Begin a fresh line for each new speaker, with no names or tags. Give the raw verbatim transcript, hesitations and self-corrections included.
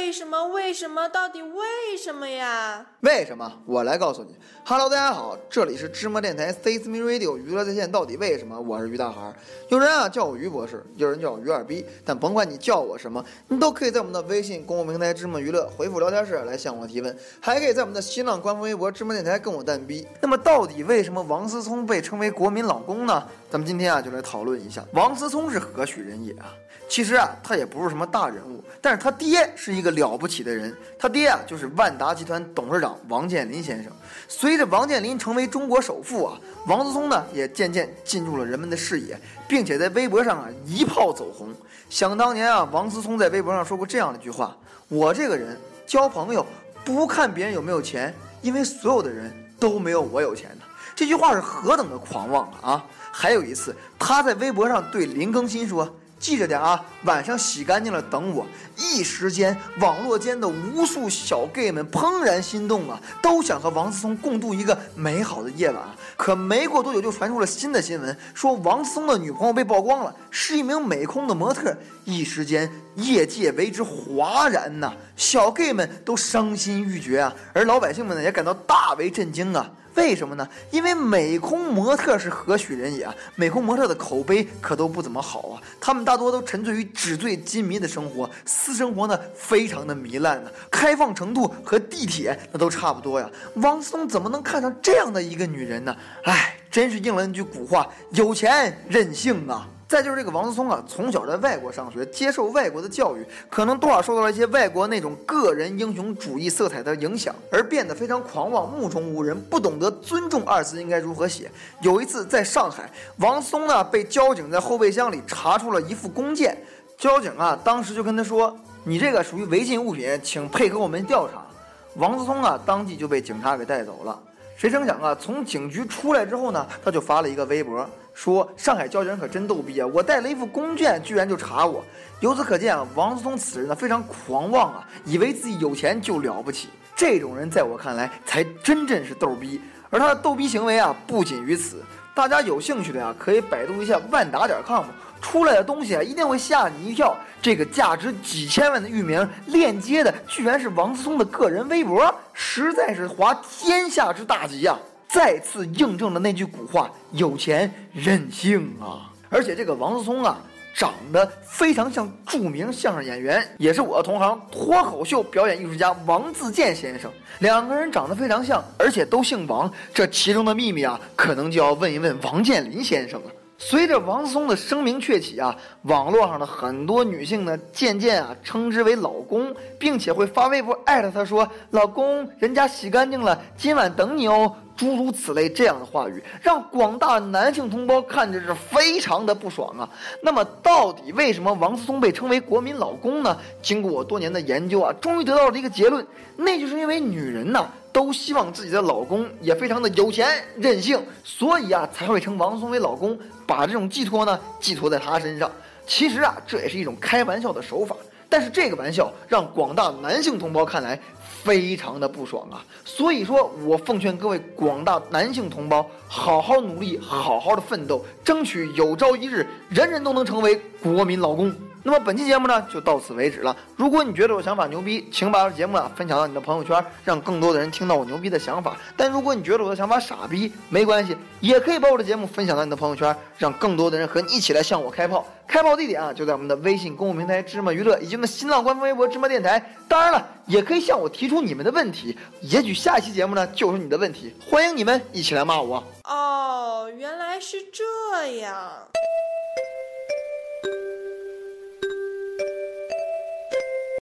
为什么？为什么？到底为什么呀？
为什么？我来告诉你。Hello， 大家好，这里是芝麻电台 Say Me Radio 娱乐在线，到底为什么？我是于大孩。有人啊叫我于博士，有人叫我于二逼，但甭管你叫我什么，你都可以在我们的微信公共平台芝麻娱乐回复聊天室来向我提问，还可以在我们的新浪官方微博芝麻电台跟我蛋逼。那么到底为什么王思聪被称为国民老公呢？咱们今天啊就来讨论一下。王思聪是何许人也啊？其实啊他也不是什么大人物，但是他爹是一个了不起的人。他爹啊就是万达集团董事长王健林先生。随着王健林成为中国首富啊，王思聪呢也渐渐进入了人们的视野，并且在微博上啊一炮走红。想当年啊，王思聪在微博上说过这样的一句话：我这个人交朋友不看别人有没有钱，因为所有的人都没有我有钱的。这句话是何等的狂妄啊！啊，还有一次他在微博上对林更新说，记着点啊，晚上洗干净了等我。一时间网络间的无数小 gay 们怦然心动啊，都想和王思聪共度一个美好的夜晚啊。可没过多久就传出了新的新闻，说王思聪的女朋友被曝光了，是一名美空的模特。一时间业界为之哗然呐、啊，小 gay 们都伤心欲绝啊，而老百姓们呢也感到大为震惊啊。为什么呢？因为美空模特是何许人也啊？美空模特的口碑可都不怎么好啊，他们大多都沉醉于纸醉金迷的生活，私生活呢非常的糜烂呢、啊，开放程度和地铁那都差不多呀。王思聪怎么能看上这样的一个女人呢？哎，真是应了那句古话，有钱任性啊。再就是这个王思聪啊，从小在外国上学，接受外国的教育，可能多少受到了一些外国那种个人英雄主义色彩的影响，而变得非常狂妄，目中无人，不懂得尊重二字应该如何写。有一次在上海，王思聪呢被交警在后备箱里查出了一副弓箭，交警啊当时就跟他说：“你这个属于违禁物品，请配合我们调查。”王思聪啊当即就被警察给带走了。谁成想啊，从警局出来之后呢，他就发了一个微博，说上海交警可真逗逼啊，我带了一副弓箭居然就查我。由此可见啊，王思聪此人呢非常狂妄啊，以为自己有钱就了不起。这种人在我看来才真正是逗逼。而他的逗逼行为啊不仅于此，大家有兴趣的呀、啊、可以百度一下万达点 com， 出来的东西啊一定会吓你一跳。这个价值几千万的域名链接的居然是王思聪的个人微博，实在是滑天下之大稽啊！再次印证了那句古话，有钱任性啊！而且这个王思聪啊长得非常像著名相声演员，也是我的同行脱口秀表演艺术家王自健先生。两个人长得非常像，而且都姓王，这其中的秘密啊可能就要问一问王健林先生了。随着王思聪的声名鹊起啊，网络上的很多女性呢渐渐啊称之为老公，并且会发微博艾特他说：“老公，人家洗干净了，今晚等你哦。”诸如此类这样的话语，让广大男性同胞看着是非常的不爽啊。那么到底为什么王思聪被称为国民老公呢？经过我多年的研究啊，终于得到了一个结论，那就是因为女人呢都希望自己的老公也非常的有钱任性，所以啊才会称王思聪为老公，把这种寄托呢寄托在他身上。其实啊这也是一种开玩笑的手法，但是这个玩笑让广大男性同胞看来非常的不爽啊。所以说我奉劝各位广大男性同胞，好好努力，好好的奋斗，争取有朝一日人人都能成为国民老公。那么本期节目呢就到此为止了。如果你觉得我想法牛逼，请把节目啊分享到你的朋友圈，让更多的人听到我牛逼的想法。但如果你觉得我的想法傻逼，没关系，也可以把我的节目分享到你的朋友圈，让更多的人和你一起来向我开炮。开炮地点啊就在我们的微信公共平台芝麻娱乐，以及我们的新浪官方微博芝麻电台。当然了，也可以向我提出你们的问题，也许下一期节目呢就是你的问题，欢迎你们一起来骂我。
哦，原来是这样。